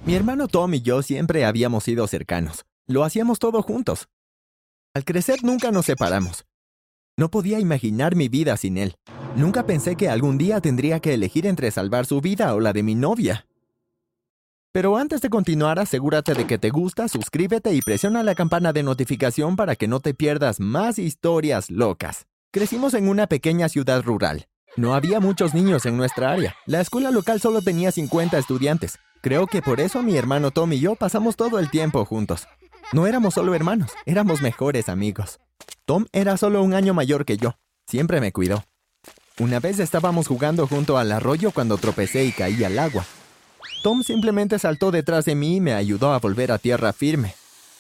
Mi hermano Tom y yo siempre habíamos sido cercanos. Lo hacíamos todo juntos. Al crecer nunca nos separamos. No podía imaginar mi vida sin él. Nunca pensé que algún día tendría que elegir entre salvar su vida o la de mi novia. Pero antes de continuar, asegúrate de que te gusta, suscríbete y presiona la campana de notificación para que no te pierdas más historias locas. Crecimos en una pequeña ciudad rural. No había muchos niños en nuestra área. La escuela local solo tenía 50 estudiantes. Creo que por eso mi hermano Tom y yo pasamos todo el tiempo juntos. No éramos solo hermanos, éramos mejores amigos. Tom era solo un año mayor que yo. Siempre me cuidó. Una vez estábamos jugando junto al arroyo cuando tropecé y caí al agua. Tom simplemente saltó detrás de mí y me ayudó a volver a tierra firme.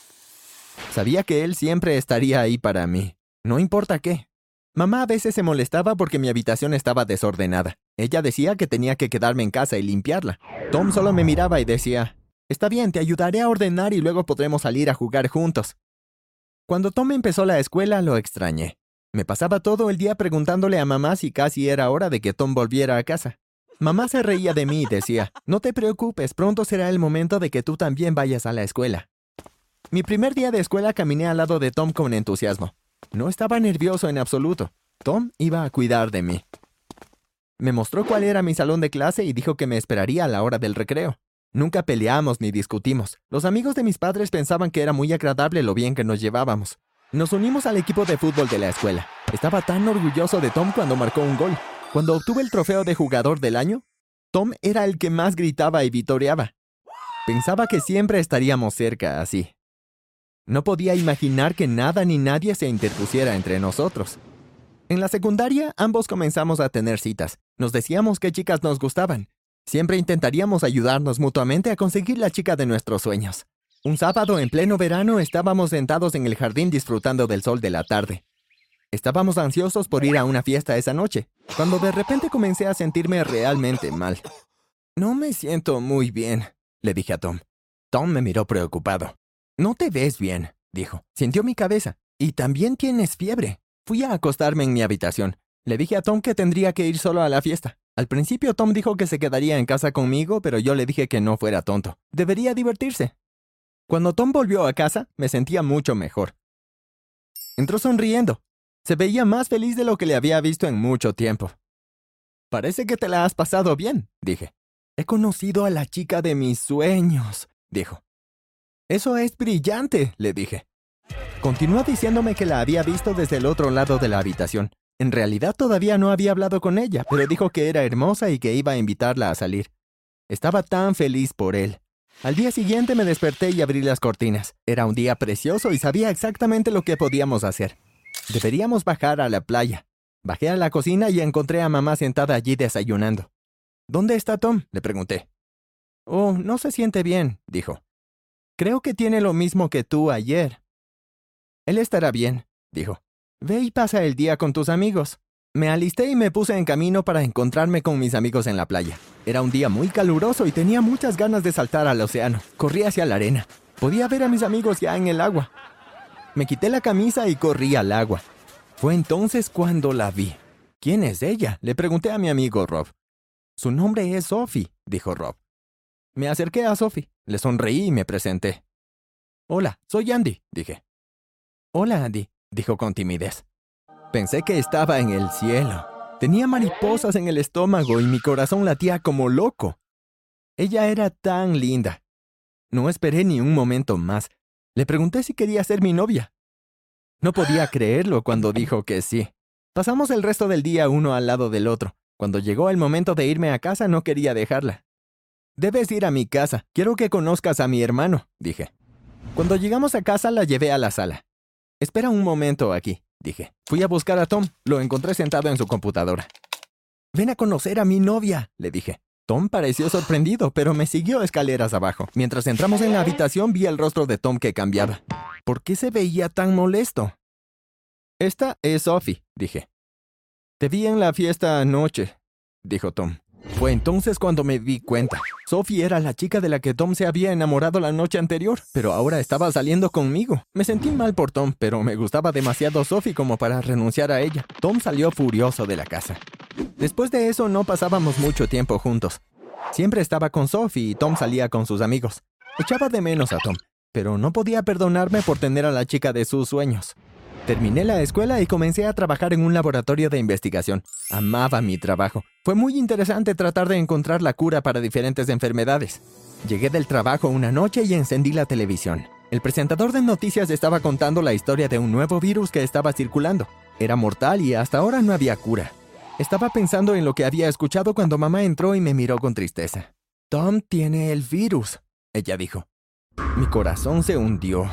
Sabía que él siempre estaría ahí para mí, no importa qué. Mamá a veces se molestaba porque mi habitación estaba desordenada. Ella decía que tenía que quedarme en casa y limpiarla. Tom solo me miraba y decía, «Está bien, te ayudaré a ordenar y luego podremos salir a jugar juntos». Cuando Tom empezó la escuela, lo extrañé. Me pasaba todo el día preguntándole a mamá si casi era hora de que Tom volviera a casa. Mamá se reía de mí y decía, «No te preocupes, pronto será el momento de que tú también vayas a la escuela». Mi primer día de escuela caminé al lado de Tom con entusiasmo. No estaba nervioso en absoluto. Tom iba a cuidar de mí. Me mostró cuál era mi salón de clase y dijo que me esperaría a la hora del recreo. Nunca peleamos ni discutimos. Los amigos de mis padres pensaban que era muy agradable lo bien que nos llevábamos. Nos unimos al equipo de fútbol de la escuela. Estaba tan orgulloso de Tom cuando marcó un gol. Cuando obtuve el trofeo de jugador del año, Tom era el que más gritaba y vitoreaba. Pensaba que siempre estaríamos cerca así. No podía imaginar que nada ni nadie se interpusiera entre nosotros. En la secundaria, ambos comenzamos a tener citas. Nos decíamos qué chicas nos gustaban. Siempre intentaríamos ayudarnos mutuamente a conseguir la chica de nuestros sueños. Un sábado en pleno verano estábamos sentados en el jardín disfrutando del sol de la tarde. Estábamos ansiosos por ir a una fiesta esa noche, cuando de repente comencé a sentirme realmente mal. «No me siento muy bien», le dije a Tom. Tom me miró preocupado. «No te ves bien», dijo. Sintió mi cabeza. «Y también tienes fiebre». Fui a acostarme en mi habitación. Le dije a Tom que tendría que ir solo a la fiesta. Al principio Tom dijo que se quedaría en casa conmigo, pero yo le dije que no fuera tonto. Debería divertirse. Cuando Tom volvió a casa, me sentía mucho mejor. Entró sonriendo. Se veía más feliz de lo que le había visto en mucho tiempo. «Parece que te la has pasado bien», dije. «He conocido a la chica de mis sueños», dijo. «Eso es brillante», le dije. Continuó diciéndome que la había visto desde el otro lado de la habitación. En realidad todavía no había hablado con ella, pero dijo que era hermosa y que iba a invitarla a salir. Estaba tan feliz por él. Al día siguiente me desperté y abrí las cortinas. Era un día precioso y sabía exactamente lo que podíamos hacer. Deberíamos bajar a la playa. Bajé a la cocina y encontré a mamá sentada allí desayunando. «¿Dónde está Tom?», le pregunté. «Oh, no se siente bien», dijo. «Creo que tiene lo mismo que tú ayer». «Él estará bien», dijo. «Ve y pasa el día con tus amigos». Me alisté y me puse en camino para encontrarme con mis amigos en la playa. Era un día muy caluroso y tenía muchas ganas de saltar al océano. Corrí hacia la arena. Podía ver a mis amigos ya en el agua. Me quité la camisa y corrí al agua. Fue entonces cuando la vi. «¿Quién es ella?», le pregunté a mi amigo Rob. «Su nombre es Sophie», dijo Rob. Me acerqué a Sophie, le sonreí y me presenté. «Hola, soy Andy», dije. «Hola, Andy», dijo con timidez. Pensé que estaba en el cielo. Tenía mariposas en el estómago y mi corazón latía como loco. Ella era tan linda. No esperé ni un momento más. Le pregunté si quería ser mi novia. No podía creerlo cuando dijo que sí. Pasamos el resto del día uno al lado del otro. Cuando llegó el momento de irme a casa no quería dejarla. «Debes ir a mi casa. Quiero que conozcas a mi hermano», dije. Cuando llegamos a casa la llevé a la sala. «Espera un momento aquí», dije. Fui a buscar a Tom. Lo encontré sentado en su computadora. «Ven a conocer a mi novia», le dije. Tom pareció sorprendido, pero me siguió escaleras abajo. Mientras entramos en la habitación vi el rostro de Tom que cambiaba. ¿Por qué se veía tan molesto? «Esta es Sophie», dije. «Te vi en la fiesta anoche», dijo Tom. Fue entonces cuando me di cuenta. Sophie era la chica de la que Tom se había enamorado la noche anterior, pero ahora estaba saliendo conmigo. Me sentí mal por Tom, pero me gustaba demasiado Sophie como para renunciar a ella. Tom salió furioso de la casa. Después de eso no pasábamos mucho tiempo juntos. Siempre estaba con Sophie y Tom salía con sus amigos. Echaba de menos a Tom, pero no podía perdonarme por tener a la chica de sus sueños. Terminé la escuela y comencé a trabajar en un laboratorio de investigación. Amaba mi trabajo. Fue muy interesante tratar de encontrar la cura para diferentes enfermedades. Llegué del trabajo una noche y encendí la televisión. El presentador de noticias estaba contando la historia de un nuevo virus que estaba circulando. Era mortal y hasta ahora no había cura. Estaba pensando en lo que había escuchado cuando mamá entró y me miró con tristeza. «Tom tiene el virus», ella dijo. Mi corazón se hundió.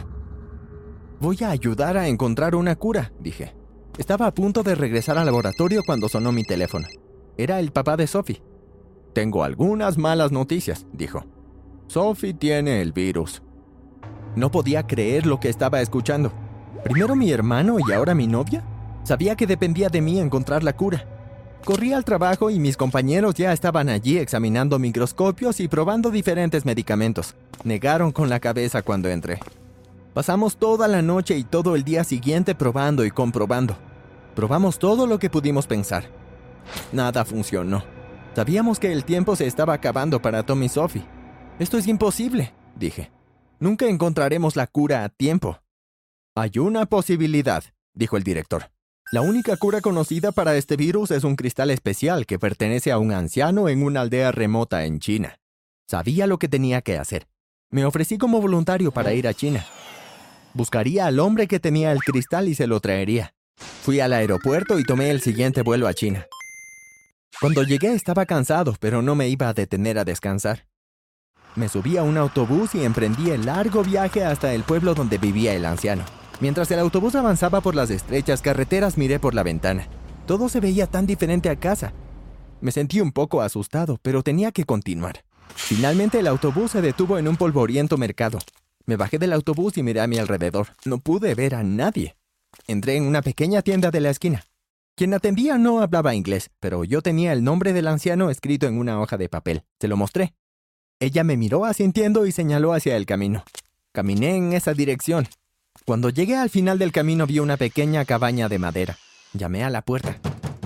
«Voy a ayudar a encontrar una cura», dije. Estaba a punto de regresar al laboratorio cuando sonó mi teléfono. Era el papá de Sophie. «Tengo algunas malas noticias», dijo. «Sophie tiene el virus». No podía creer lo que estaba escuchando. ¿Primero mi hermano y ahora mi novia? Sabía que dependía de mí encontrar la cura. Corrí al trabajo y mis compañeros ya estaban allí examinando microscopios y probando diferentes medicamentos. Negaron con la cabeza cuando entré. Pasamos toda la noche y todo el día siguiente probando y comprobando. Probamos todo lo que pudimos pensar. Nada funcionó. Sabíamos que el tiempo se estaba acabando para Tom y Sophie. «Esto es imposible», dije. «Nunca encontraremos la cura a tiempo». «Hay una posibilidad», dijo el director. «La única cura conocida para este virus es un cristal especial que pertenece a un anciano en una aldea remota en China». Sabía lo que tenía que hacer. Me ofrecí como voluntario para ir a China. Buscaría al hombre que tenía el cristal y se lo traería. Fui al aeropuerto y tomé el siguiente vuelo a China. Cuando llegué estaba cansado, pero no me iba a detener a descansar. Me subí a un autobús y emprendí el largo viaje hasta el pueblo donde vivía el anciano. Mientras el autobús avanzaba por las estrechas carreteras, miré por la ventana. Todo se veía tan diferente a casa. Me sentí un poco asustado, pero tenía que continuar. Finalmente el autobús se detuvo en un polvoriento mercado. Me bajé del autobús y miré a mi alrededor. No pude ver a nadie. Entré en una pequeña tienda de la esquina. Quien atendía no hablaba inglés, pero yo tenía el nombre del anciano escrito en una hoja de papel. Se lo mostré. Ella me miró asintiendo y señaló hacia el camino. Caminé en esa dirección. Cuando llegué al final del camino vi una pequeña cabaña de madera. Llamé a la puerta.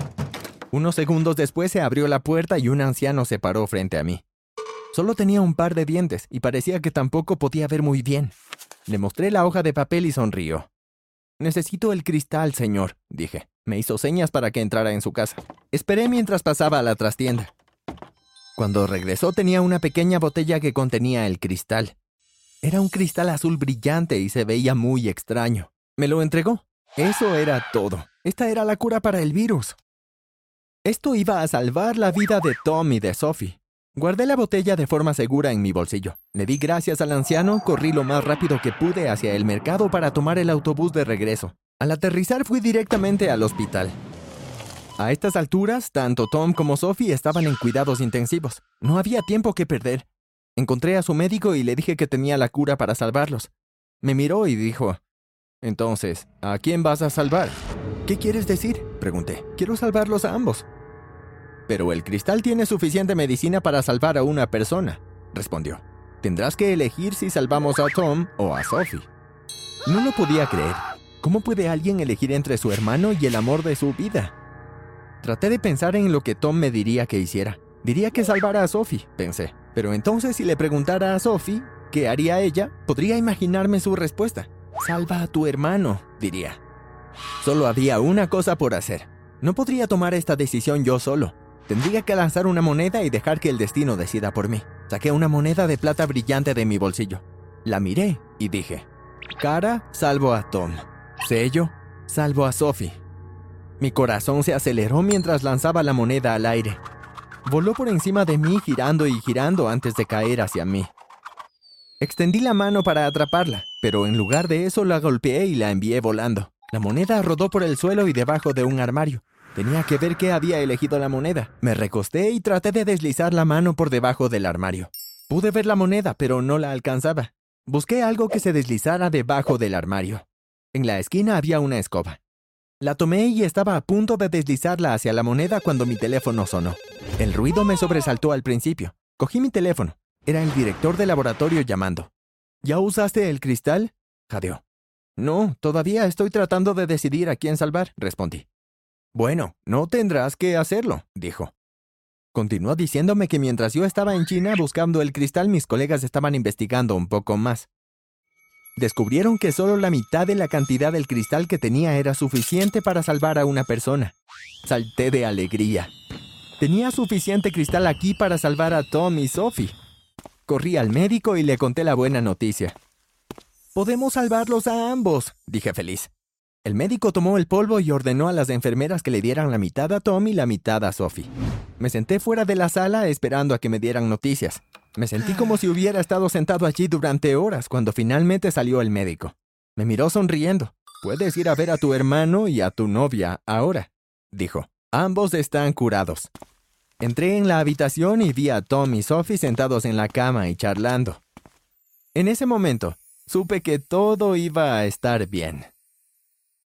Unos segundos después se abrió la puerta y un anciano se paró frente a mí. Solo tenía un par de dientes y parecía que tampoco podía ver muy bien. Le mostré la hoja de papel y sonrió. «Necesito el cristal, señor», dije. Me hizo señas para que entrara en su casa. Esperé mientras pasaba a la trastienda. Cuando regresó tenía una pequeña botella que contenía el cristal. Era un cristal azul brillante y se veía muy extraño. Me lo entregó. Eso era todo. Esta era la cura para el virus. Esto iba a salvar la vida de Tom y de Sophie. Guardé la botella de forma segura en mi bolsillo. Le di gracias al anciano, corrí lo más rápido que pude hacia el mercado para tomar el autobús de regreso. Al aterrizar fui directamente al hospital. A estas alturas, tanto Tom como Sophie estaban en cuidados intensivos. No había tiempo que perder. Encontré a su médico y le dije que tenía la cura para salvarlos. Me miró y dijo, «Entonces, ¿a quién vas a salvar?» «¿Qué quieres decir?», pregunté. «Quiero salvarlos a ambos». «Pero el cristal tiene suficiente medicina para salvar a una persona», respondió. «Tendrás que elegir si salvamos a Tom o a Sophie». No lo podía creer. ¿Cómo puede alguien elegir entre su hermano y el amor de su vida? Traté de pensar en lo que Tom me diría que hiciera. Diría que salvara a Sophie, pensé. Pero entonces si le preguntara a Sophie qué haría ella, podría imaginarme su respuesta. «Salva a tu hermano», diría. Solo había una cosa por hacer. No podría tomar esta decisión yo solo. Tendría que lanzar una moneda y dejar que el destino decida por mí. Saqué una moneda de plata brillante de mi bolsillo. La miré y dije, «Cara, salvo a Tom. Sello, salvo a Sophie». Mi corazón se aceleró mientras lanzaba la moneda al aire. Voló por encima de mí girando y girando antes de caer hacia mí. Extendí la mano para atraparla, pero en lugar de eso la golpeé y la envié volando. La moneda rodó por el suelo y debajo de un armario. Tenía que ver qué había elegido la moneda. Me recosté y traté de deslizar la mano por debajo del armario. Pude ver la moneda, pero no la alcanzaba. Busqué algo que se deslizara debajo del armario. En la esquina había una escoba. La tomé y estaba a punto de deslizarla hacia la moneda cuando mi teléfono sonó. El ruido me sobresaltó al principio. Cogí mi teléfono. Era el director del laboratorio llamando. «¿Ya usaste el cristal?», jadeó. «No, todavía estoy tratando de decidir a quién salvar», respondí. «Bueno, no tendrás que hacerlo», dijo. Continuó diciéndome que mientras yo estaba en China buscando el cristal, mis colegas estaban investigando un poco más. Descubrieron que solo la mitad de la cantidad del cristal que tenía era suficiente para salvar a una persona. Salté de alegría. Tenía suficiente cristal aquí para salvar a Tom y Sophie. Corrí al médico y le conté la buena noticia. «Podemos salvarlos a ambos», dije feliz. El médico tomó el polvo y ordenó a las enfermeras que le dieran la mitad a Tom y la mitad a Sophie. Me senté fuera de la sala esperando a que me dieran noticias. Me sentí como si hubiera estado sentado allí durante horas cuando finalmente salió el médico. Me miró sonriendo. «Puedes ir a ver a tu hermano y a tu novia ahora», dijo. «Ambos están curados». Entré en la habitación y vi a Tom y Sophie sentados en la cama y charlando. En ese momento, supe que todo iba a estar bien.